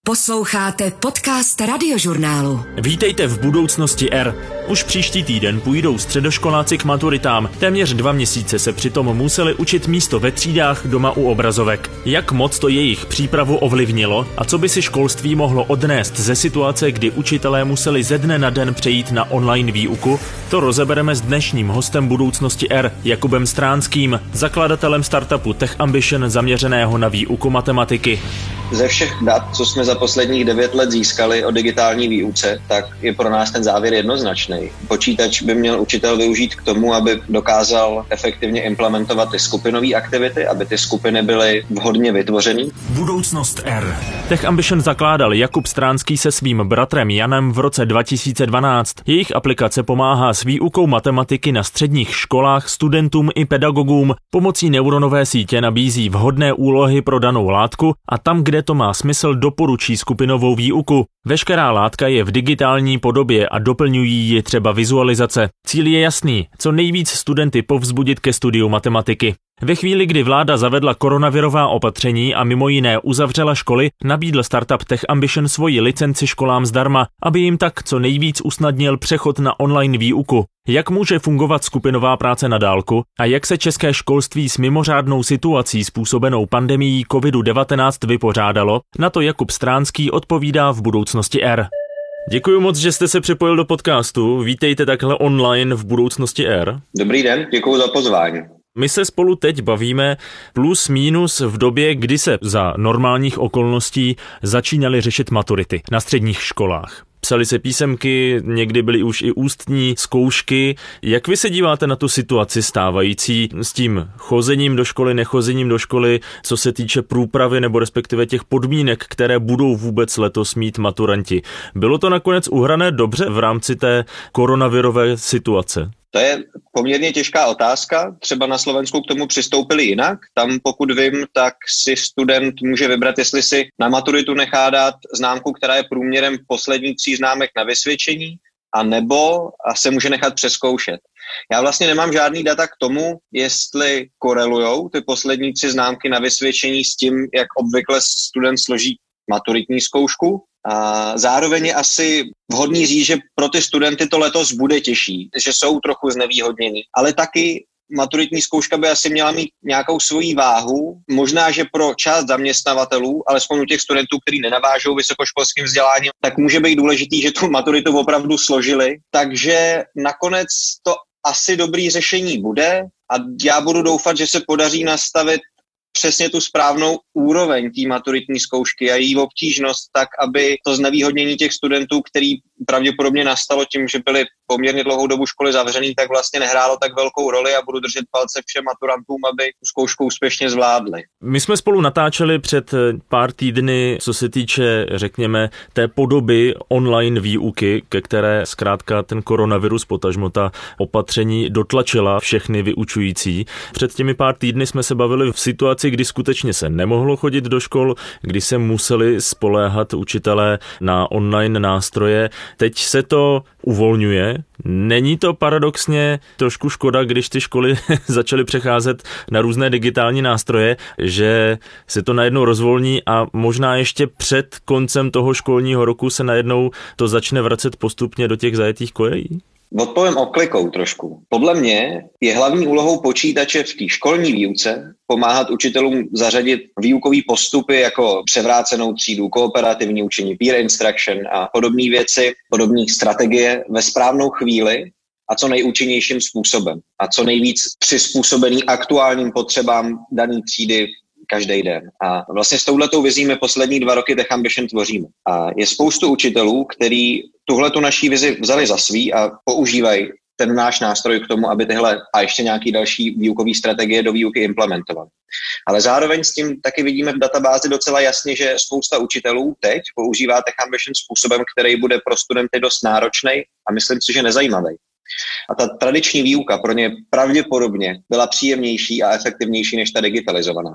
Posloucháte podcast Radiožurnálu. Vítejte v budoucnosti R. Už příští týden půjdou středoškoláci k maturitám. Téměř 2 měsíce se přitom museli učit místo ve třídách doma u obrazovek. Jak moc to jejich přípravu ovlivnilo a co by si školství mohlo odnést ze situace, kdy učitelé museli ze dne na den přejít na online výuku, to rozebereme s dnešním hostem budoucnosti R, Jakubem Stránským, zakladatelem startupu Tech Ambition zaměřeného na výuku matematiky. Ze všech dat, co jsme za posledních 9 let získali o digitální výuce, tak je pro nás ten závěr jednoznačný. Počítač by měl učitel využít k tomu, aby dokázal efektivně implementovat ty skupinové aktivity, aby ty skupiny byly vhodně vytvořený. Budoucnost R. Tech Ambition zakládal Jakub Stránský se svým bratrem Janem v roce 2012. Jejich aplikace pomáhá s výukou matematiky na středních školách studentům i pedagogům. Pomocí neuronové sítě nabízí vhodné úlohy pro danou látku a tam, kde to má smysl, doporučí skupinovou výuku. Veškerá látka je v digitální podobě a doplňují ji třeba vizualizace. Cíl je jasný, co nejvíc studenty povzbudit ke studiu matematiky. Ve chvíli, kdy vláda zavedla koronavirová opatření a mimo jiné uzavřela školy, nabídl startup Tech Ambition svoji licenci školám zdarma, aby jim tak co nejvíc usnadnil přechod na online výuku. Jak může fungovat skupinová práce na dálku a jak se české školství s mimořádnou situací způsobenou pandemií COVID-19 vypořádalo, na to Jakub Stránský odpovídá v budoucnosti R. Děkuji moc, že jste se připojil do podcastu. Vítejte takhle online v budoucnosti R. Dobrý den, děkuji za pozvání. My se spolu teď bavíme plus minus v době, kdy se za normálních okolností začínaly řešit maturity na středních školách. Psaly se písemky, někdy byly už i ústní zkoušky. Jak vy se díváte na tu situaci stávající s tím chozením do školy, nechozením do školy, co se týče průpravy nebo respektive těch podmínek, které budou vůbec letos mít maturanti? Bylo to nakonec uhrané dobře v rámci té koronavirové situace? To je poměrně těžká otázka. Třeba na Slovensku k tomu přistoupili jinak. Tam, pokud vím, tak si student může vybrat, jestli si na maturitu nechá dát známku, která je průměrem posledních 3 známek na vysvědčení, anebo se může nechat přezkoušet. Já vlastně nemám žádný data k tomu, jestli korelujou ty poslední 3 známky na vysvědčení s tím, jak obvykle student složí maturitní zkoušku. A zároveň je asi vhodný říct, že pro ty studenty to letos bude těžší, že jsou trochu znevýhodnění, ale taky maturitní zkouška by asi měla mít nějakou svoji váhu. Možná, že pro část zaměstnavatelů, alespoň u těch studentů, kteří nenavážou vysokoškolským vzděláním, tak může být důležitý, že tu maturitu opravdu složili. Takže nakonec to asi dobrý řešení bude a já budu doufat, že se podaří nastavit přesně tu správnou úroveň té maturitní zkoušky a její obtížnost tak, aby to znevýhodnění těch studentů, který pravděpodobně nastalo tím, že byli poměrně dlouhou dobu školy zavřený, tak vlastně nehrálo tak velkou roli a budu držet palce všem maturantům, aby tu zkoušku úspěšně zvládli. My jsme spolu natáčeli před pár týdny, co se týče, řekněme, té podoby online výuky, ke které zkrátka ten koronavirus, potažmo ta opatření dotlačila všechny vyučující. Před těmi pár týdny jsme se bavili v situaci, kdy skutečně se nemohlo chodit do škol, kdy se museli spoléhat učitelé na online nástroje. Teď se to uvolňuje. Není to paradoxně trošku škoda, když ty školy začaly přecházet na různé digitální nástroje, že se to najednou rozvolní a možná ještě před koncem toho školního roku se najednou to začne vracet postupně do těch zajetých kolejí? Odpovím oklikou trošku. Podle mě je hlavní úlohou počítače v té školní výuce pomáhat učitelům zařadit výukové postupy jako převrácenou třídu, kooperativní učení, peer instruction a podobné věci, podobné strategie ve správnou chvíli a co nejúčinnějším způsobem a co nejvíc přizpůsobený aktuálním potřebám dané třídy každý den. A vlastně s touhletou vizí my poslední 2 roky Tech Ambition tvoříme. A je spoustu učitelů, kteří tuhletu naší vizi vzali za svý a používají ten náš nástroj k tomu, aby tyhle a ještě nějaký další výukové strategie do výuky implementovali. Ale zároveň s tím taky vidíme v databázi docela jasně, že spousta učitelů teď používá Tech Ambition způsobem, který bude pro studenty dost náročný a myslím si, že nezajímavý. A ta tradiční výuka pro ně pravděpodobně byla příjemnější a efektivnější než ta digitalizovaná.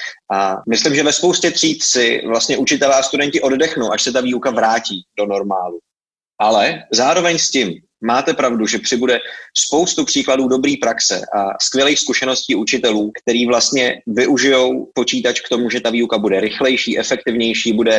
A myslím, že ve spoustě tříd si vlastně učitelé a studenti oddechnou, až se ta výuka vrátí do normálu. Ale zároveň s tím máte pravdu, že přibude spoustu příkladů dobrý praxe a skvělých zkušeností učitelů, který vlastně využijou počítač k tomu, že ta výuka bude rychlejší, efektivnější, bude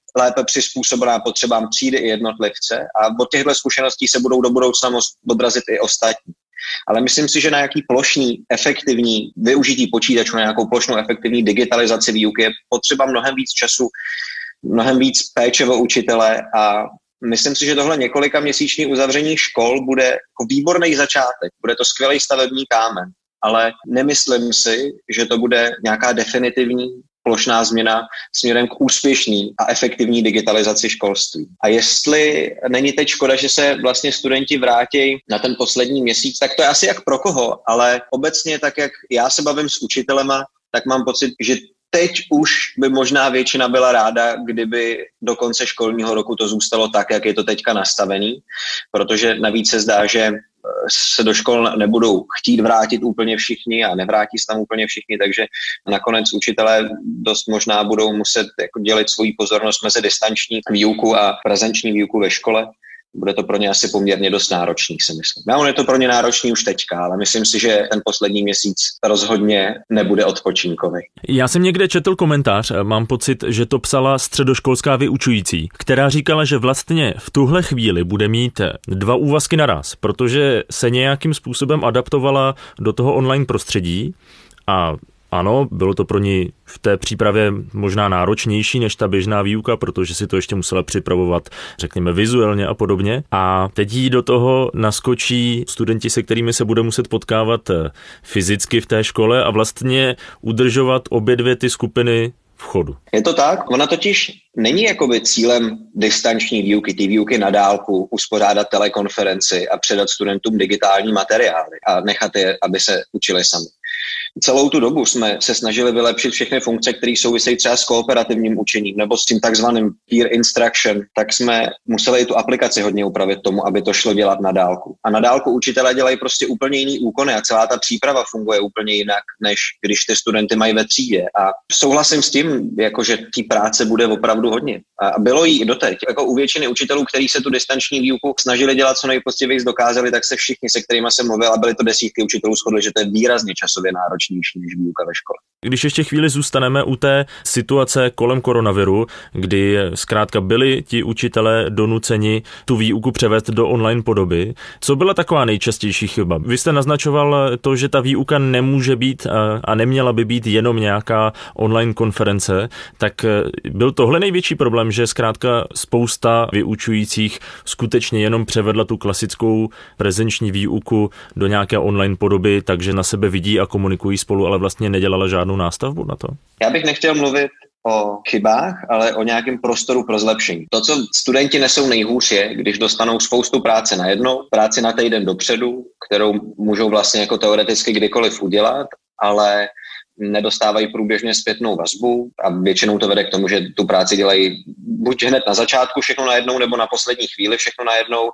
lépe přizpůsobená potřebám třídy i jednotlivce a od těchto zkušeností se budou do budoucna odrazit i ostatní. Ale myslím si, že na nějaký plošný, efektivní využití počítačů, na nějakou plošnou efektivní digitalizaci výuky je potřeba mnohem víc času, mnohem víc péče o učitele a myslím si, že tohle několika měsíční uzavření škol bude jako výborný začátek, bude to skvělý stavební kámen, ale nemyslím si, že to bude nějaká definitivní plošná změna směrem k úspěšný a efektivní digitalizaci školství. A jestli není teď škoda, že se vlastně studenti vrátí na ten poslední měsíc, tak to je asi jak pro koho, ale obecně tak, jak já se bavím s učitelema, tak mám pocit, že teď už by možná většina byla ráda, kdyby do konce školního roku to zůstalo tak, jak je to teďka nastavený, protože navíc se zdá, že se do škol nebudou chtít vrátit úplně všichni a nevrátí se tam úplně všichni, takže nakonec učitelé dost možná budou muset jako dělit svoji pozornost mezi distanční výuku a prezenční výuku ve škole. Bude to pro ně asi poměrně dost náročný, si myslím. On je to pro ně náročný už teďka, ale myslím si, že ten poslední měsíc rozhodně nebude odpočinkový. Já jsem někde četl komentář, mám pocit, že to psala středoškolská vyučující, která říkala, že vlastně v tuhle chvíli bude mít 2 úvazky naraz, protože se nějakým způsobem adaptovala do toho online prostředí a ano, bylo to pro ní v té přípravě možná náročnější než ta běžná výuka, protože si to ještě musela připravovat, řekněme, vizuálně a podobně. A teď jí do toho naskočí studenti, se kterými se bude muset potkávat fyzicky v té škole a vlastně udržovat obě dvě ty skupiny v chodu. Je to tak? Ona totiž není jakoby cílem distanční výuky, té výuky na dálku, uspořádat telekonferenci a předat studentům digitální materiály a nechat je, aby se učili sami. Celou tu dobu jsme se snažili vylepšit všechny funkce, které souvisejí třeba s kooperativním učením nebo s tím takzvaným peer instruction, tak jsme museli i tu aplikaci hodně upravit tomu, aby to šlo dělat na dálku. A na dálku učitelé dělají prostě úplně jiný úkony a celá ta příprava funguje úplně jinak, než když ty studenty mají ve třídě. A souhlasím s tím, jako že té práce bude opravdu hodně. A bylo jí i doteď. Jako u většiny učitelů, kteří se tu distanční výuku snažili dělat co nejpozději dokázali, tak se všichni, se kterými jsem mluvil, a byly to desítky učitelů, shodli, že to je výrazně časově náročnější než výuka ve škole. Když ještě chvíli zůstaneme u té situace kolem koronaviru, kdy zkrátka byli ti učitelé donuceni tu výuku převést do online podoby, co byla taková nejčastější chyba? Vy jste naznačoval to, že ta výuka nemůže být a neměla by být jenom nějaká online konference, tak byl tohle největší problém, že zkrátka spousta vyučujících skutečně jenom převedla tu klasickou prezenční výuku do nějaké online podoby, takže na sebe vidí a komunikují spolu, ale vlastně nedělala žádnou nástavbu na to? Já bych nechtěl mluvit o chybách, ale o nějakém prostoru pro zlepšení. To, co studenti nesou nejhůř, je, když dostanou spoustu práce najednou, práci na týden dopředu, kterou můžou vlastně jako teoreticky kdykoliv udělat, ale nedostávají průběžně zpětnou vazbu a většinou to vede k tomu, že tu práci dělají buď hned na začátku všechno najednou, nebo na poslední chvíli všechno najednou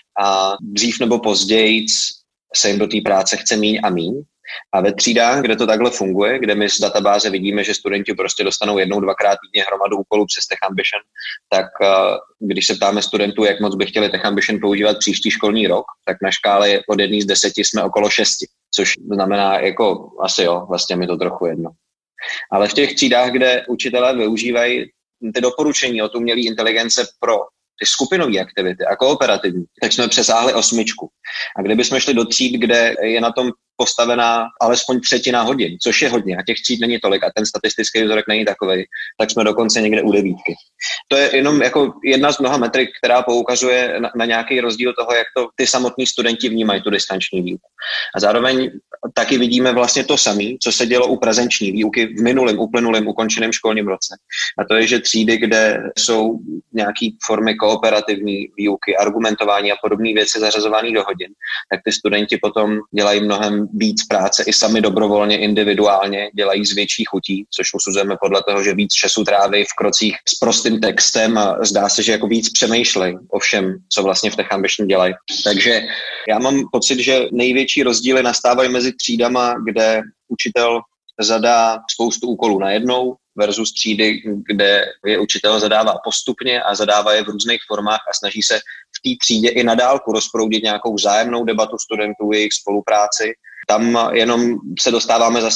a dřív nebo později se jim do té práce chce míň a míň. A ve třídách, kde to takhle funguje, kde my z databáze vidíme, že studenti prostě dostanou 1-2krát týdně hromadu úkolů přes Tech Ambition, tak když se ptáme studentů, jak moc by chtěli Tech Ambition používat příští školní rok, tak na škále od 1 z 10 jsme okolo 6, což znamená jako asi jo, vlastně mi to trochu jedno. Ale v těch třídách, kde učitelé využívají ty doporučení od umělé inteligence pro ty skupinové aktivity a kooperativní, tak jsme přesáhli 8. A kdybychom šli do tříd, kde je na tom postavená alespoň 1/3 hodin, což je hodně a těch tříd není tolik a ten statistický vzorek není takovej, tak jsme dokonce někde u 9. To je jenom jako jedna z mnoha metrik, která poukazuje na nějaký rozdíl toho, jak to ty samotní studenti vnímají tu distanční výuku. A zároveň taky vidíme vlastně to samé, co se dělo u prezenční výuky v minulém, uplynulém, ukončeném školním roce. A to je, že třídy, kde jsou nějaký formy kooperativní výuky, argumentování a podobné věci zařazované do hodin, tak ty studenti potom dělají mnohem víc práce i sami dobrovolně, individuálně, dělají z větší chutí, což usuzujeme podle toho, že víc času tráví v krocích s prostým textem a zdá se, že jako víc přemýšlej o všem, co vlastně v Tech Ambition dělají. Takže já mám pocit, že největší rozdíly nastávají mezi třídama, kde učitel zadá spoustu úkolů najednou versus třídy, kde je učitel zadává postupně a zadává je v různých formách a snaží se v té třídě i na dálku rozproudit nějakou vzájemnou debatu studentů, jejich spolupráci. Tam jenom se dostáváme zase k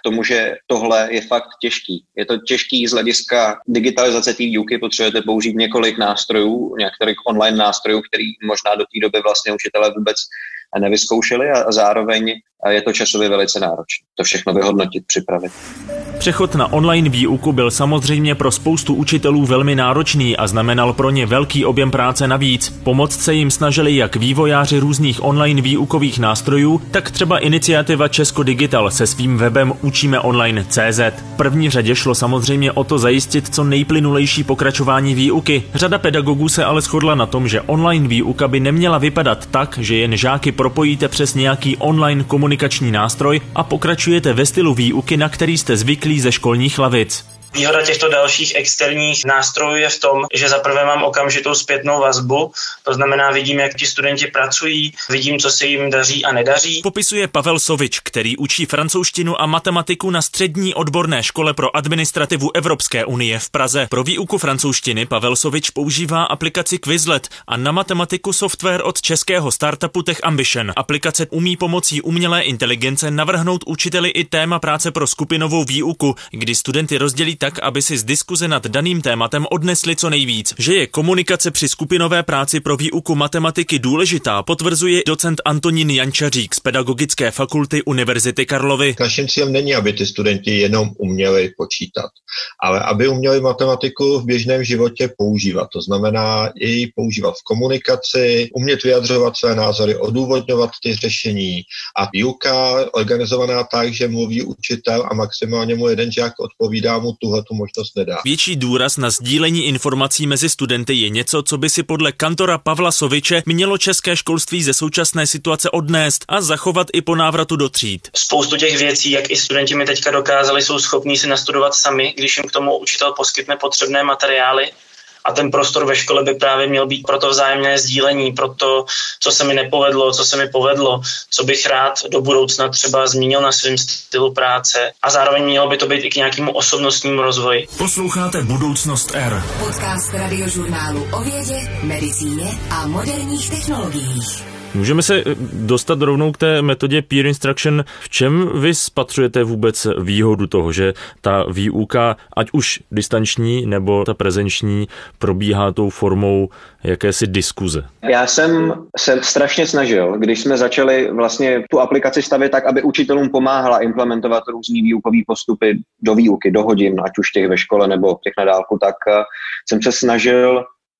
tomu, že tohle je fakt těžký. Je to těžký z hlediska digitalizace té výuky, potřebujete použít několik nástrojů, některých online nástrojů, který možná do té doby vlastně učitelé vůbec nevyzkoušeli a zároveň je to časově velice náročné. To všechno vyhodnotit, připravit. Přechod na online výuku byl samozřejmě pro spoustu učitelů velmi náročný a znamenal pro ně velký objem práce navíc. Pomoct se jim snažili jak vývojáři různých online výukových nástrojů, tak třeba iniciativa Česko Digital se svým webem učímeonline.cz. V první řadě šlo samozřejmě o to zajistit co nejplynulejší pokračování výuky. Řada pedagogů se ale shodla na tom, že online výuka by neměla vypadat tak, že jen žáky propojíte přes nějaký online komunikační nástroj a pokračujete ve stylu výuky, na který jste zvyklí ze školních lavic. Výhoda těchto dalších externích nástrojů je v tom, že zaprvé mám okamžitou zpětnou vazbu, to znamená vidím, jak ti studenti pracují, vidím, co se jim daří a nedaří. Popisuje Pavel Sovič, který učí francouzštinu a matematiku na střední odborné škole pro administrativu Evropské unie v Praze. Pro výuku francouzštiny Pavel Sovič používá aplikaci Quizlet a na matematiku software od českého startupu Tech Ambition. Aplikace umí pomocí umělé inteligence navrhnout učiteli i téma práce pro skupinovou výuku, kdy studenty rozdělí tak, aby si z diskuze nad daným tématem odnesli co nejvíc. Že je komunikace při skupinové práci pro výuku matematiky důležitá, potvrzuje docent Antonín Jančařík z Pedagogické fakulty Univerzity Karlovy. Naším cílem není, aby ty studenti jenom uměli počítat, ale aby uměli matematiku v běžném životě používat. To znamená i používat v komunikaci, umět vyjadřovat své názory, odůvodňovat ty řešení. A výuka organizovaná tak, že mluví učitel a maximálně mu jeden žák odpovídá, mu tu možnost nedá. Větší důraz na sdílení informací mezi studenty je něco, co by si podle kantora Pavla Soviče mělo české školství ze současné situace odnést a zachovat i po návratu do tříd. Spoustu těch věcí, jak i studenti mi teďka dokázali, jsou schopní si nastudovat sami, když jim k tomu učitel poskytne potřebné materiály. A ten prostor ve škole by právě měl být pro to vzájemné sdílení, pro to, co se mi nepovedlo, co se mi povedlo, co bych rád do budoucna třeba změnil na svém stylu práce. A zároveň mělo by to být i k nějakému osobnostnímu rozvoji. Posloucháte Budoucnost R. Podcast Radiožurnálu o vědě, medicíně a moderních technologiích. Můžeme se dostat rovnou k té metodě peer instruction. V čem vy spatřujete vůbec výhodu toho, že ta výuka, ať už distanční nebo ta prezenční, probíhá tou formou jakési diskuze? Já jsem se strašně snažil, když jsme začali vlastně tu aplikaci stavět tak, aby učitelům pomáhala implementovat různý výukový postupy do výuky, do hodin, ať už těch ve škole nebo těch na dálku, tak jsem se snažil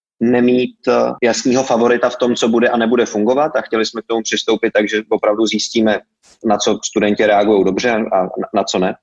nemít jasného favorita v tom, co bude a nebude fungovat a chtěli jsme k tomu přistoupit, takže opravdu zjistíme, na co studenti reagují dobře a na co ne.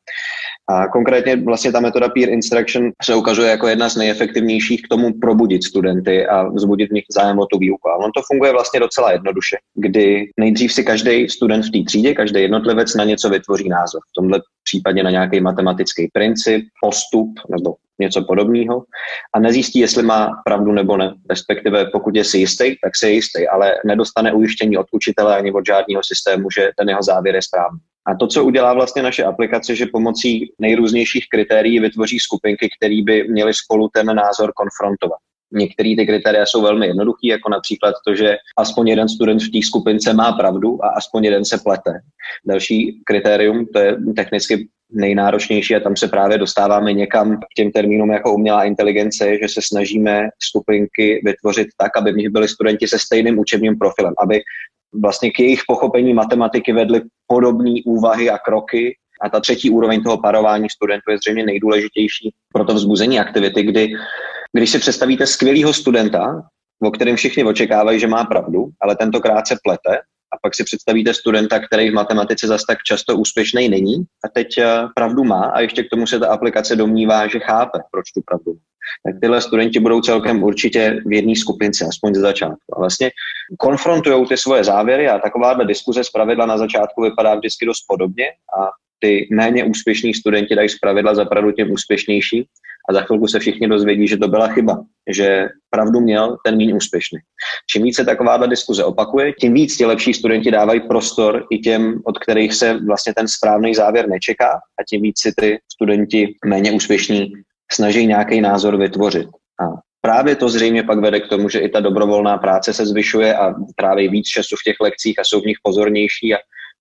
A konkrétně vlastně ta metoda peer instruction se ukazuje jako jedna z nejefektivnějších k tomu probudit studenty a vzbudit v nich zájem o tu výuku. A on to funguje vlastně docela jednoduše, kdy nejdřív si každý student v té třídě, každý jednotlivec na něco vytvoří názor. V tomhle případě na nějaký matematický princip, postup nebo něco podobného a nezjistí, jestli má pravdu nebo ne. Respektive pokud je si jistý, tak si je jistý, ale nedostane ujištění od učitele ani od žádného systému, že ten jeho závěr je správný. A to, co udělá vlastně naše aplikace, že pomocí nejrůznějších kritérií vytvoří skupinky, které by měly spolu ten názor konfrontovat. Některé ty kritéria jsou velmi jednoduché, jako například to, že aspoň jeden student v té skupince má pravdu a aspoň jeden se plete. Další kritérium, to je technicky nejnáročnější a tam se právě dostáváme někam k těm termínům jako umělá inteligence, že se snažíme skupinky vytvořit tak, aby v nich byli studenti se stejným učebním profilem, aby vlastně k jejich pochopení matematiky vedly podobné úvahy a kroky. A ta třetí úroveň toho parování studentů je zřejmě nejdůležitější pro to vzbuzení aktivity, když si představíte skvělého studenta, o kterém všichni očekávají, že má pravdu, ale tentokrát se plete, a pak si představíte studenta, který v matematice zas tak často úspěšný není a teď pravdu má a ještě k tomu se ta aplikace domnívá, že chápe, proč tu pravdu má. Tak tyhle studenti budou celkem určitě v jedné skupince, aspoň ze začátku. A vlastně konfrontují ty svoje závěry a takováhle diskuze zpravidla na začátku vypadá vždycky dost podobně a ty méně úspěšní studenti dají zpravidla za pravdu těm úspěšnější a za chvilku se všichni dozvědí, že to byla chyba, že pravdu měl ten méně úspěšný. Čím víc se takováhle diskuze opakuje, tím víc ti lepší studenti dávají prostor i těm, od kterých se vlastně ten správný závěr nečeká a tím víc si ty studenti méně úspěšní snaží nějaký názor vytvořit. A právě to zřejmě pak vede k tomu, že i ta dobrovolná práce se zvyšuje a tráví víc času v těch lekcích a jsou v nich pozornější a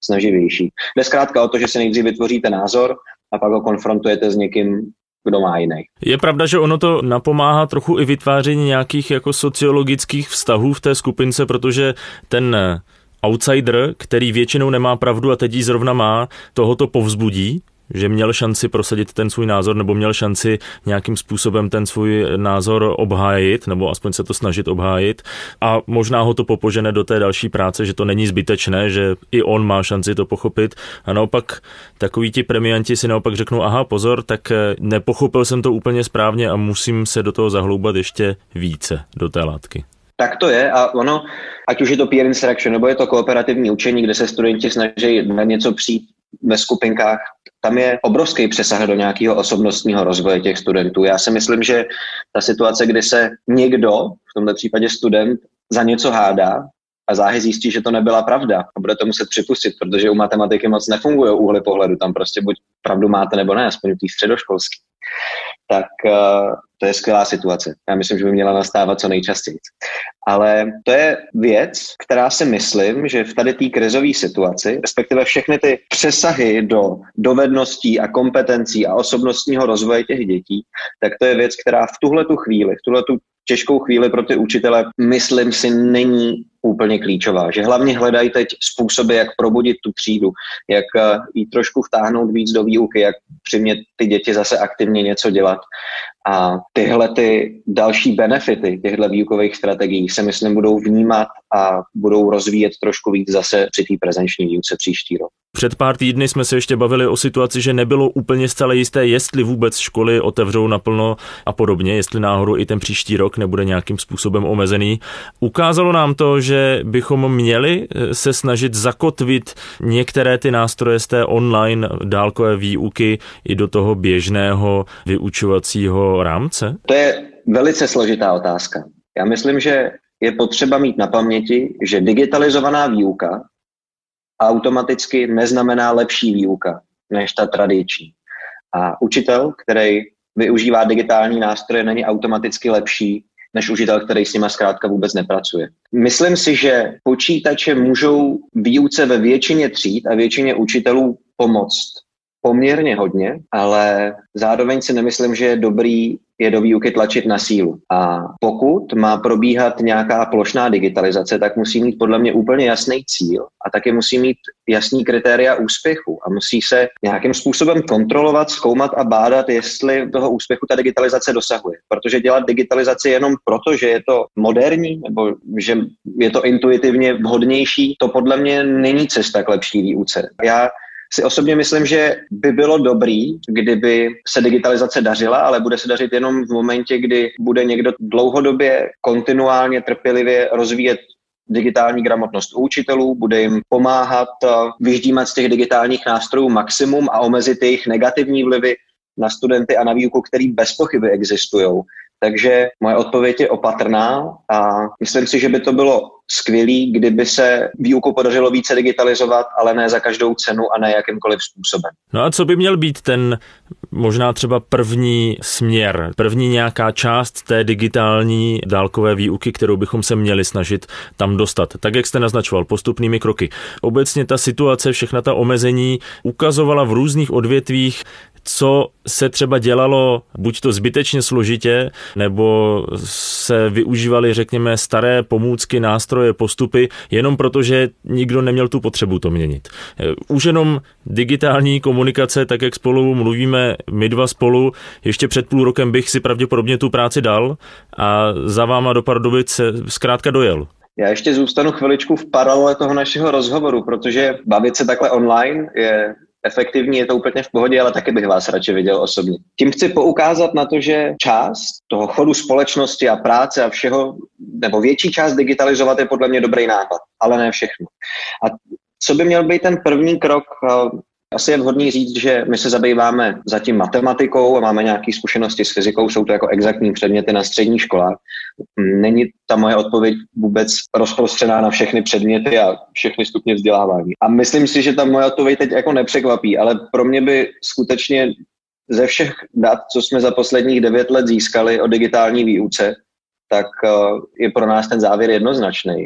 snaživější. Jde zkrátka o to, že si nejdřív vytvoříte názor a pak ho konfrontujete s někým, kdo má jiný. Je pravda, že ono to napomáhá trochu i vytváření nějakých jako sociologických vztahů v té skupince, protože ten outsider, který většinou nemá pravdu a teď ji zrovna má, toho to povzbudí, že měl šanci prosadit ten svůj názor nebo měl šanci nějakým způsobem ten svůj názor obhájit nebo aspoň se to snažit obhájit a možná ho to popožene do té další práce, že to není zbytečné, že i on má šanci to pochopit a naopak takoví ti premianti si naopak řeknou, aha pozor, tak nepochopil jsem to úplně správně a musím se do toho zahloubat ještě více do té látky. Tak to je a ono, ať už je to peer interaction nebo je to kooperativní učení, kde se studenti snaží na něco přijít ve skupinkách, tam je obrovský přesah do nějakého osobnostního rozvoje těch studentů. Já si myslím, že ta situace, kdy se někdo, v tomto případě student, za něco hádá a záhy zjistí, že to nebyla pravda a bude to muset připustit, protože u matematiky moc nefungují úhly pohledu, tam prostě buď pravdu máte nebo ne, aspoň u té středoškolské. Tak to je skvělá situace. Já myslím, že by měla nastávat co nejčastěji. Ale to je věc, která si myslím, že v tady té krizové situaci, respektive všechny ty přesahy do dovedností a kompetencí a osobnostního rozvoje těch dětí, tak to je věc, která v tuhletu chvíli, v tuhletu těžkou chvíli pro ty učitele, myslím si, není úplně klíčová. Že hlavně hledají teď způsoby, jak probudit tu třídu, jak jí trošku vtáhnout víc do výuky, jak přimět ty děti zase aktivně něco dělat. A tyhle ty další benefity těchto výukových strategií se myslím budou vnímat a budou rozvíjet trošku víc zase při té prezenční výuce příští rok. Před pár týdny jsme se ještě bavili o situaci, že nebylo úplně zcela jisté, jestli vůbec školy otevřou naplno a podobně, jestli náhodou i ten příští rok nebude nějakým způsobem omezený. Ukázalo nám to, že bychom měli se snažit zakotvit některé ty nástroje z té online dálkové výuky i do toho běžného vyučovacího rámce? To je velice složitá otázka. Já myslím, že je potřeba mít na paměti, že digitalizovaná výuka automaticky neznamená lepší výuka než ta tradiční. A učitel, který využívá digitální nástroje, není automaticky lepší než učitel, který s nima zkrátka vůbec nepracuje. Myslím si, že počítače můžou výuce ve většině tříd a většině učitelů pomoct poměrně hodně, ale zároveň si nemyslím, že je dobrý je do výuky tlačit na sílu. A pokud má probíhat nějaká plošná digitalizace, tak musí mít podle mě úplně jasný cíl a taky musí mít jasný kritéria úspěchu a musí se nějakým způsobem kontrolovat, zkoumat a bádat, jestli toho úspěchu ta digitalizace dosahuje. Protože dělat digitalizaci jenom proto, že je to moderní nebo že je to intuitivně vhodnější, to podle mě není cesta k lepší výuce. Já si osobně myslím, že by bylo dobrý, kdyby se digitalizace dařila, ale bude se dařit jenom v momentě, kdy bude někdo dlouhodobě, kontinuálně, trpělivě rozvíjet digitální gramotnost u učitelů, bude jim pomáhat vyždímat z těch digitálních nástrojů maximum a omezit jejich negativní vlivy na studenty a na výuku, který bez pochyby existují. Takže moje odpověď je opatrná a myslím si, že by to bylo skvělý, kdyby se výuku podařilo více digitalizovat, ale ne za každou cenu a ne jakýmkoliv způsobem. No a co by měl být ten možná třeba první směr, první nějaká část té digitální dálkové výuky, kterou bychom se měli snažit tam dostat? Tak, jak jste naznačoval, postupnými kroky. Obecně ta situace, všechna ta omezení ukazovala v různých odvětvích, co se třeba dělalo buď to zbytečně složitě, nebo se využívaly, řekněme, staré pomůcky, nástroje, postupy, jenom proto, že nikdo neměl tu potřebu to měnit. Už jenom digitální komunikace, tak jak spolu mluvíme my dva spolu, ještě před půl rokem bych si pravděpodobně tu práci dal a za váma do Pardubic se zkrátka dojel. Já ještě zůstanu chviličku v paralele toho našeho rozhovoru, protože bavit se takhle online je efektivní, je to úplně v pohodě, ale taky bych vás radši viděl osobně. Tím chci poukázat na to, že část toho chodu společnosti a práce a všeho, nebo větší část digitalizovat je podle mě dobrý nápad, ale ne všechno. A co by měl být ten první krok? Asi je vhodný říct, že my se zabýváme zatím matematikou a máme nějaké zkušenosti s fyzikou, jsou to jako exaktní předměty na středních školách. Není ta moje odpověď vůbec rozprostřená na všechny předměty a všechny stupně vzdělávání. A myslím si, že ta moje odpověď teď jako nepřekvapí, ale pro mě by skutečně ze všech dat, co jsme za posledních 9 let získali o digitální výuce, tak je pro nás ten závěr jednoznačný.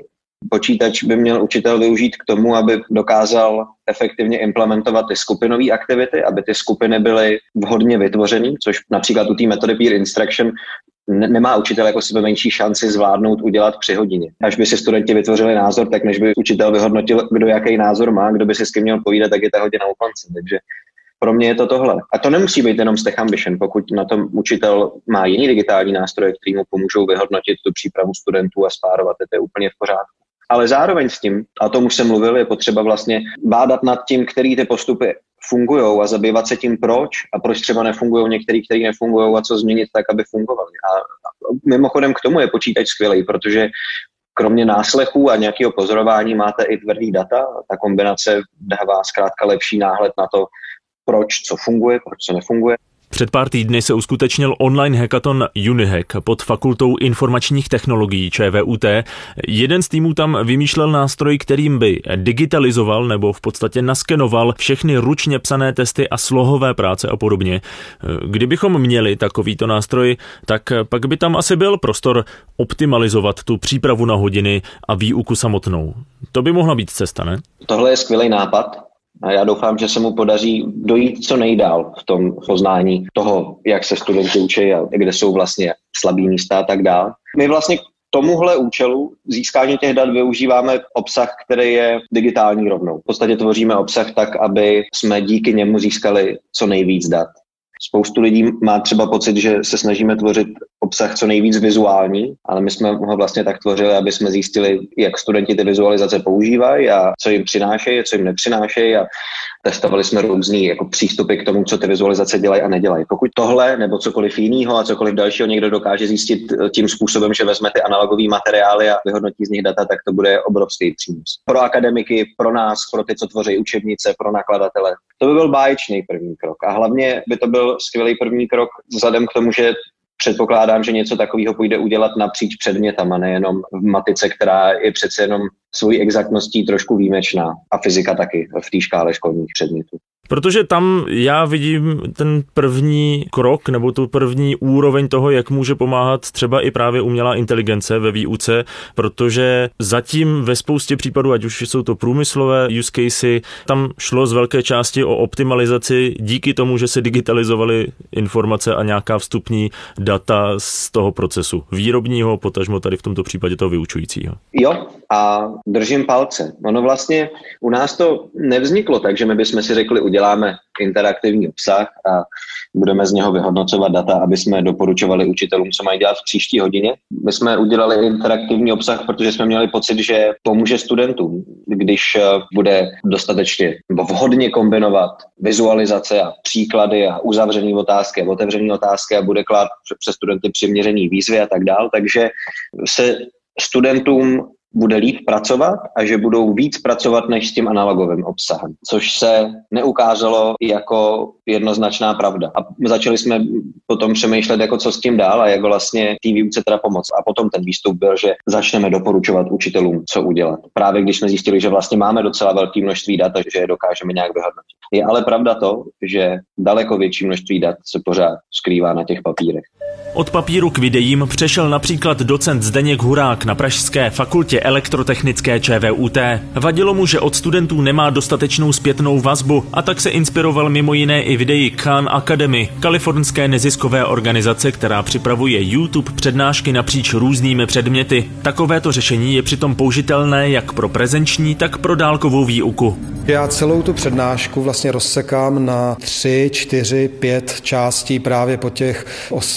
Počítač by měl učitel využít k tomu, aby dokázal efektivně implementovat ty skupinové aktivity, aby ty skupiny byly vhodně vytvořené, což například u té metody peer instruction nemá učitel jako sebe menší šanci zvládnout udělat při hodině. Až by si studenti vytvořili názor, tak než by učitel vyhodnotil, kdo jaký názor má, kdo by si s kým měl povídat, tak je ta hodina u konce. Takže pro mě je to tohle. A to nemusí být jenom z Tech Ambition, pokud na tom učitel má jiný digitální nástroje, který mu pomůžou vyhodnotit tu přípravu studentů a spárovat, to je úplně v pořádku. Ale zároveň s tím, a o tom už jsem mluvil, je potřeba vlastně bádat nad tím, který ty postupy fungujou a zabývat se tím proč a proč třeba nefungují některý, který nefungují a co změnit tak, aby fungovaly. A mimochodem k tomu je počítač skvělý, protože kromě náslechů a nějakého pozorování máte i tvrdý data. Ta kombinace dává zkrátka lepší náhled na to, proč co funguje, proč co nefunguje. Před pár týdny se uskutečnil online hackathon Unihack pod Fakultou informačních technologií ČVUT. Jeden z týmů tam vymýšlel nástroj, kterým by digitalizoval nebo v podstatě naskenoval všechny ručně psané testy a slohové práce a podobně. Kdybychom měli takovýto nástroj, tak pak by tam asi byl prostor optimalizovat tu přípravu na hodiny a výuku samotnou. To by mohla být cesta, ne? Tohle je skvělý nápad. A já doufám, že se mu podaří dojít co nejdál v tom poznání toho, jak se studenti učí a kde jsou vlastně slabý místa a tak dále. My vlastně k tomuhle účelu získání těch dat využíváme obsah, který je digitální rovnou. V podstatě tvoříme obsah tak, aby jsme díky němu získali co nejvíc dat. Spoustu lidí má třeba pocit, že se snažíme tvořit obsah co nejvíc vizuální, ale my jsme ho vlastně tak tvořili, aby jsme zjistili, jak studenti ty vizualizace používají a co jim přinášejí, co jim nepřinášejí a testovali jsme různý jako přístupy k tomu, co ty vizualizace dělají a nedělají. Pokud tohle nebo cokoliv jiného a cokoliv dalšího někdo dokáže zjistit tím způsobem, že vezme ty analogové materiály a vyhodnotí z nich data, tak to bude obrovský přínos. Pro akademiky, pro nás, pro ty, co tvoří učebnice, pro nakladatele. To by byl báječný první krok. A hlavně by to byl skvělý první krok vzhledem k tomu, že předpokládám, že něco takového půjde udělat napříč předmětama, nejenom v matice, která je přece jenom svojí exaktností trošku výjimečná a fyzika taky v té škále školních předmětů. Protože tam já vidím ten první krok nebo tu první úroveň toho, jak může pomáhat třeba i právě umělá inteligence ve výuce, protože zatím ve spoustě případů, ať už jsou to průmyslové use casey, tam šlo z velké části o optimalizaci díky tomu, že se digitalizovaly informace a nějaká vstupní data z toho procesu výrobního, potažmo tady v tomto případě toho vyučujícího. Jo, a držím palce. Ono vlastně u nás to nevzniklo tak, že my bychom si řekli, uděláme interaktivní obsah a budeme z něho vyhodnocovat data, aby jsme doporučovali učitelům, co mají dělat v příští hodině. My jsme udělali interaktivní obsah, protože jsme měli pocit, že pomůže studentům, když bude dostatečně vhodně kombinovat vizualizace a příklady a uzavřené otázky a otevřené otázky a bude klát přes studenty přiměřený výzvy a tak dál. Takže se studentům bude líp pracovat a že budou víc pracovat než s tím analogovým obsahem, což se neukázalo jako jednoznačná pravda. A začali jsme potom přemýšlet, jako co s tím dál a jak vlastně té výuce teda pomoct. A potom ten výstup byl, že začneme doporučovat učitelům, co udělat. Právě když jsme zjistili, že vlastně máme docela velké množství dat, že je dokážeme nějak vyhodnotit. Je ale pravda to, že daleko větší množství dat se pořád skrývá na těch papírech. Od papíru k videím přešel například docent Zdeněk Hurák na Pražské fakultě elektrotechnické ČVUT. Vadilo mu, že od studentů nemá dostatečnou zpětnou vazbu a tak se inspiroval mimo jiné i videí Khan Academy, kalifornské neziskové organizace, která připravuje YouTube přednášky napříč různými předměty. Takovéto řešení je přitom použitelné jak pro prezenční, tak pro dálkovou výuku. Já celou tu přednášku vlastně rozsekám na 3, 4, 5 částí právě po těch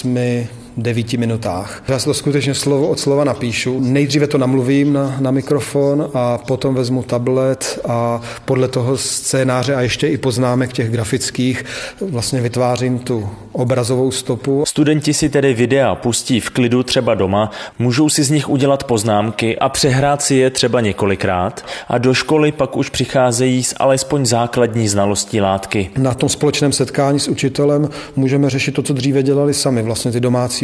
8-9 minutách. Já si to skutečně slovo od slova napíšu. Nejdříve to namluvím na mikrofon a potom vezmu tablet a podle toho scénáře a ještě i poznámek těch grafických vlastně vytvářím tu obrazovou stopu. Studenti si tedy videa pustí v klidu třeba doma, můžou si z nich udělat poznámky a přehrát si je třeba několikrát a do školy pak už přicházejí s alespoň základní znalostí látky. Na tom společném setkání s učitelem můžeme řešit to, co dříve dělali sami, vlastně ty domácí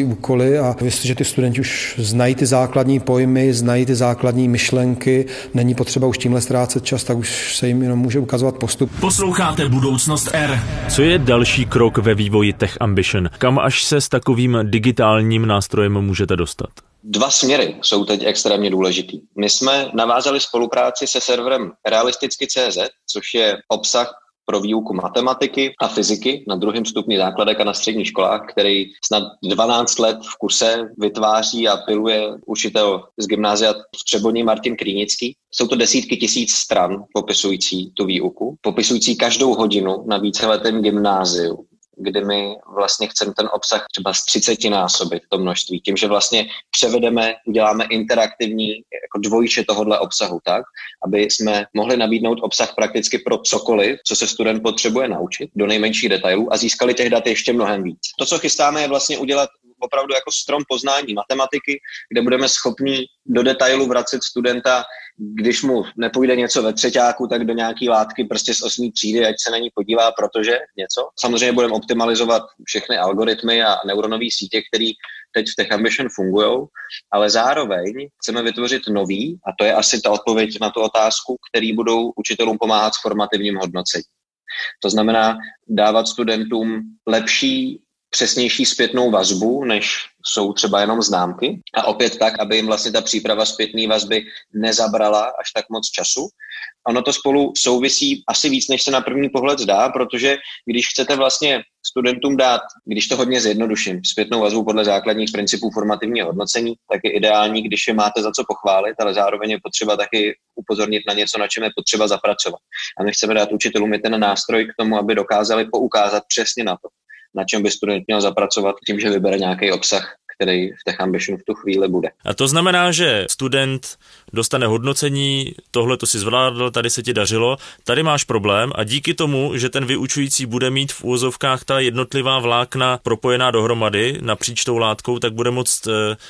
úkoly a jestliže ty studenti už znají ty základní pojmy, znají ty základní myšlenky, není potřeba už tímhle ztrácet čas, tak už se jim jenom může ukazovat postup. Posloucháte Budoucnost R. Co je další krok ve vývoji Tech Ambition? Kam až se s takovým digitálním nástrojem můžete dostat? 2 směry jsou teď extrémně důležitý. My jsme navázali spolupráci se serverem realisticky.cz, což je obsah pro výuku matematiky a fyziky na 2. stupni základek a na středních školách, který snad 12 let v kuse vytváří a piluje učitel z gymnázia v Třeboní Martin Krýnický. Jsou to desítky tisíc stran popisující tu výuku, popisující každou hodinu na víceletém gymnáziu, kdy my vlastně chceme ten obsah třeba z 30násobit to množství, tím, že vlastně převedeme, uděláme interaktivní jako dvojče tohohle obsahu tak, aby jsme mohli nabídnout obsah prakticky pro cokoliv, co se student potřebuje naučit do nejmenších detailů a získali těch dat ještě mnohem víc. To, co chystáme, je vlastně udělat opravdu jako strom poznání matematiky, kde budeme schopni do detailu vracet studenta, když mu nepůjde něco ve třeťáku, tak do nějaký látky prostě z 8. třídy, ať se na ní podívá, protože něco. Samozřejmě budeme optimalizovat všechny algoritmy a neuronové sítě, které teď v Tech Ambition fungujou, ale zároveň chceme vytvořit nový, a to je asi ta odpověď na tu otázku, který budou učitelům pomáhat s formativním hodnocením. To znamená dávat studentům lepší, přesnější zpětnou vazbu, než jsou třeba jenom známky. A opět tak, aby jim vlastně ta příprava zpětné vazby nezabrala až tak moc času. Ono to spolu souvisí asi víc, než se na první pohled zdá, protože když chcete vlastně studentům dát, když to hodně zjednoduším, zpětnou vazbu podle základních principů formativního hodnocení, tak je ideální, když je máte za co pochválit, ale zároveň je potřeba taky upozornit na něco, na čem je potřeba zapracovat. A my chceme dát učitelům i ten nástroj k tomu, aby dokázali poukázat přesně na to, na čem by student měl zapracovat tím, že vybere nějaký obsah, který v Tech Ambition v tu chvíli bude. A to znamená, že student dostane hodnocení, tohle to si zvládl, tady se ti dařilo, tady máš problém a díky tomu, že ten vyučující bude mít v úvozovkách ta jednotlivá vlákna propojená dohromady napříč tou látkou, tak bude moct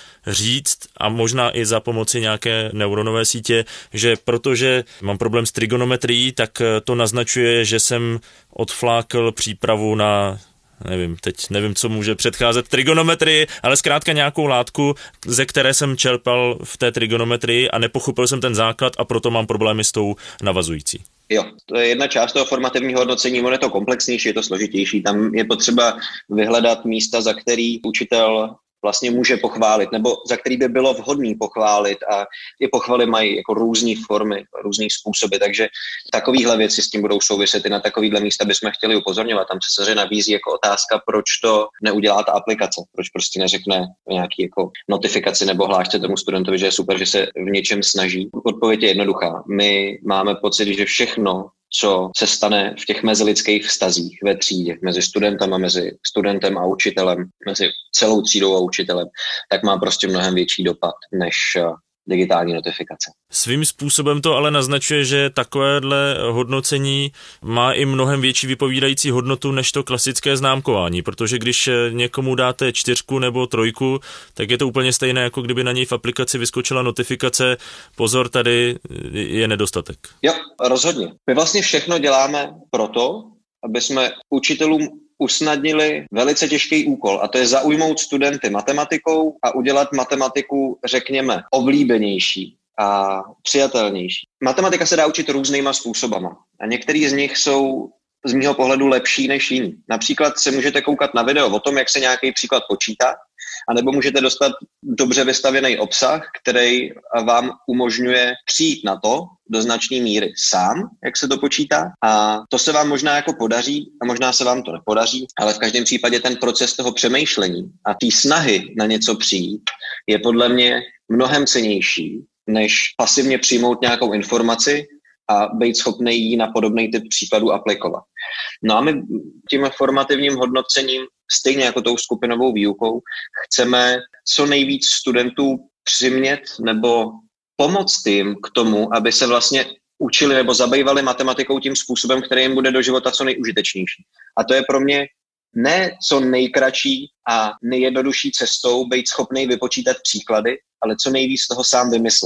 říct a možná i za pomoci nějaké neuronové sítě, že protože mám problém s trigonometrií, tak to naznačuje, že jsem odflákl přípravu na nevím, co může předcházet trigonometrii, ale zkrátka nějakou látku, ze které jsem čerpal v té trigonometrii a nepochopil jsem ten základ a proto mám problémy s tou navazující. Jo, to je jedna část toho formativního hodnocení, ono je to komplexnější, je to složitější. Tam je potřeba vyhledat místa, za který učitel vlastně může pochválit, nebo za který by bylo vhodný pochválit a ty pochvaly mají jako různé formy, různý způsoby, takže takovýhle věci s tím budou souviset i na takovýhle místa bychom chtěli upozorňovat. Tam se samozřejmě nabízí jako otázka, proč to neudělá ta aplikace, proč prostě neřekne nějaký jako notifikaci nebo hlášce tomu studentovi, že je super, že se v něčem snaží. Odpověď je jednoduchá. My máme pocit, že všechno, co se stane v těch mezilidských vztazích ve třídě, mezi studentama, mezi studentem a učitelem, mezi celou třídou a učitelem, tak má prostě mnohem větší dopad než digitální notifikace. Svým způsobem to ale naznačuje, že takovéhle hodnocení má i mnohem větší vypovídající hodnotu než to klasické známkování, protože když někomu dáte 4 nebo 3, tak je to úplně stejné, jako kdyby na něj v aplikaci vyskočila notifikace, pozor, tady je nedostatek. Jo, rozhodně. My vlastně všechno děláme proto, aby jsme učitelům usnadnili velice těžký úkol, a to je zaujmout studenty matematikou a udělat matematiku, řekněme, oblíbenější a přijatelnější. Matematika se dá učit různýma způsobama a některý z nich jsou z mýho pohledu lepší než jiný. Například se můžete koukat na video o tom, jak se nějaký příklad počítá, anebo můžete dostat dobře vystavěný obsah, který vám umožňuje přijít na to do značné míry sám, jak se to počítá. A to se vám možná jako podaří a možná se vám to nepodaří, ale v každém případě ten proces toho přemýšlení a té snahy na něco přijít je podle mě mnohem cennější, než pasivně přijmout nějakou informaci a být schopný ji na podobný typ případů aplikovat. No a my tím formativním hodnocením, stejně jako tou skupinovou výukou, chceme co nejvíc studentů přimět nebo pomoct jim k tomu, aby se vlastně učili nebo zabývali matematikou tím způsobem, který jim bude do života co nejužitečnější. A to je pro mě ne co nejkratší a nejjednodušší cestou být schopný vypočítat příklady, ale co nejvíc toho sám vymyslet.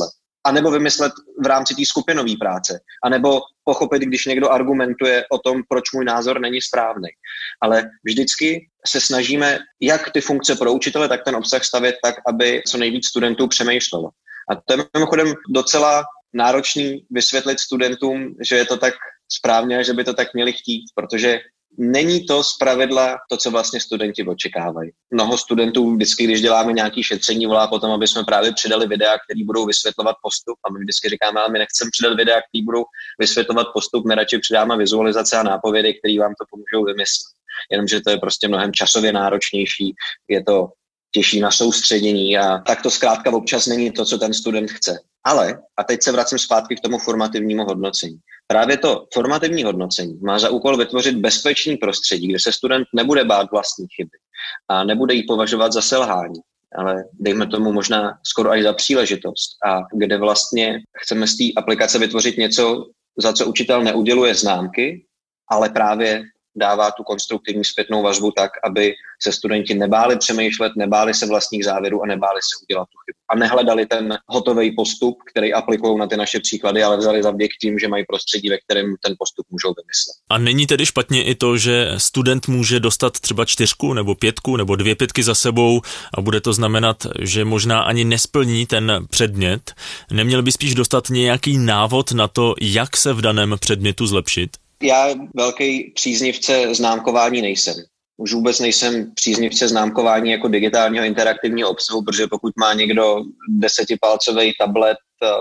anebo vymyslet v rámci té skupinové práce, anebo pochopit, když někdo argumentuje o tom, proč můj názor není správný. Ale vždycky se snažíme jak ty funkce pro učitele, tak ten obsah stavět tak, aby co nejvíc studentů přemýšlelo. A to je mimochodem docela náročný vysvětlit studentům, že je to tak správně, že by to tak měli chtít, protože není to zpravidla to, co vlastně studenti očekávají. Mnoho studentů vždycky, když děláme nějaké šetření, volá potom, aby jsme právě přidali videa, které budou vysvětlovat postup. A my vždycky říkáme, ale my nechceme přidat videa, které budou vysvětlovat postup, my radši přidáme vizualizace a nápovědy, které vám to pomůžou vymyslet. Jenomže to je prostě mnohem časově náročnější, je to těžší na soustředění a tak to zkrátka občas není to, co ten student chce. Ale, a teď se vracím zpátky k tomu formativnímu hodnocení. Právě to formativní hodnocení má za úkol vytvořit bezpečný prostředí, kde se student nebude bát vlastní chyby a nebude jí považovat za selhání, ale dejme tomu možná skoro až za příležitost a kde vlastně chceme z té aplikace vytvořit něco, za co učitel neuděluje známky, ale právě dává tu konstruktivní zpětnou vazbu tak, aby se studenti nebáli přemýšlet, nebáli se vlastních závěrů a nebáli se udělat tu chybu. A nehledali ten hotový postup, který aplikují na ty naše příklady, ale vzali za vděk tím, že mají prostředí, ve kterém ten postup můžou vymyslet. A není tedy špatně i to, že student může dostat třeba 4 nebo 5 nebo 2 5 za sebou a bude to znamenat, že možná ani nesplní ten předmět. Neměl by spíš dostat nějaký návod na to, jak se v daném předmětu zlepšit? Já velký příznivce známkování nejsem. Už vůbec nejsem příznivce známkování jako digitálního interaktivního obsahu, protože pokud má někdo 10palcový tablet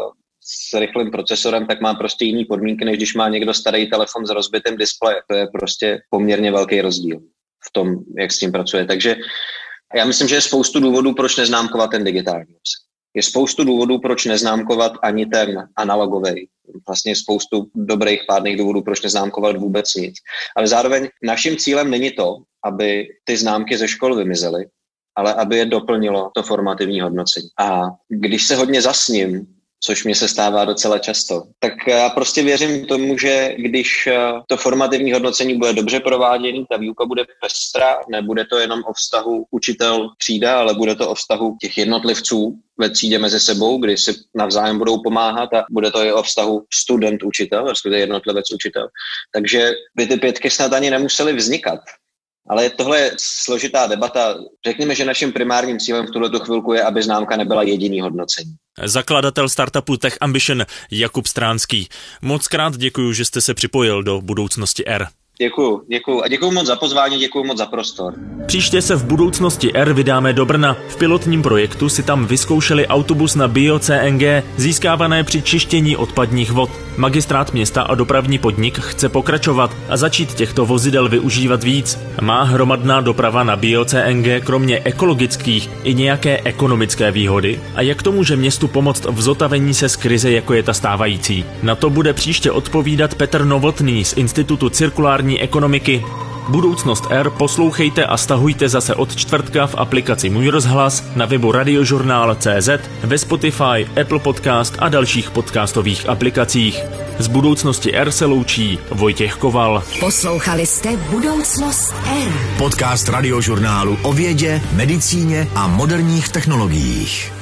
s rychlým procesorem, tak má prostě jiný podmínky, než když má někdo starý telefon s rozbitým displejem. To je prostě poměrně velký rozdíl v tom, jak s tím pracuje. Takže já myslím, že je spoustu důvodů, proč neznámkovat ten digitální obsah. Je spoustu důvodů, proč neznámkovat ani ten analogový. Vlastně spoustu dobrých pádných důvodů, proč neznámkovat vůbec nic. Ale zároveň naším cílem není to, aby ty známky ze škol vymizely, ale aby je doplnilo to formativní hodnocení. A když se hodně zasním, což mě se stává docela často, tak já prostě věřím tomu, že když to formativní hodnocení bude dobře prováděný, ta výuka bude pestrá, nebude to jenom o vztahu učitel-třída, ale bude to o vztahu těch jednotlivců ve třídě mezi sebou, kdy si navzájem budou pomáhat a bude to i o vztahu student-učitel, respektive jednotlivec-učitel. Takže by ty 5 snad ani nemusely vznikat. Ale tohle je složitá debata. Řekněme, že naším primárním cílem v tuhletu chvilku je, aby známka nebyla jediný hodnocení. Zakladatel startupu Tech Ambition Jakub Stránský. Moc krát děkuju, že jste se připojil do Budoucnosti R. Děkuju. A děkuju moc za pozvání, děkuju moc za prostor. Příště se v Budoucnosti R vydáme do Brna. V pilotním projektu si tam vyzkoušeli autobus na bio-CNG, získávané při čištění odpadních vod. Magistrát města a dopravní podnik chce pokračovat a začít těchto vozidel využívat víc. Má hromadná doprava na bio-CNG kromě ekologických i nějaké ekonomické výhody? A jak to může městu pomoct v zotavení se z krize, jako je ta stávající? Na to bude příště odpovídat Petr Novotný z Institutu cirkulární ekonomiky. Budoucnost R poslouchejte a stahujte zase od čtvrtka v aplikaci Můj rozhlas, na webu radiožurnál.cz, ve Spotify, Apple Podcast a dalších podcastových aplikacích. Z Budoucnosti R se loučí Vojtěch Koval. Poslouchali jste Budoucnost R. Podcast Radiožurnálu o vědě, medicíně a moderních technologiích.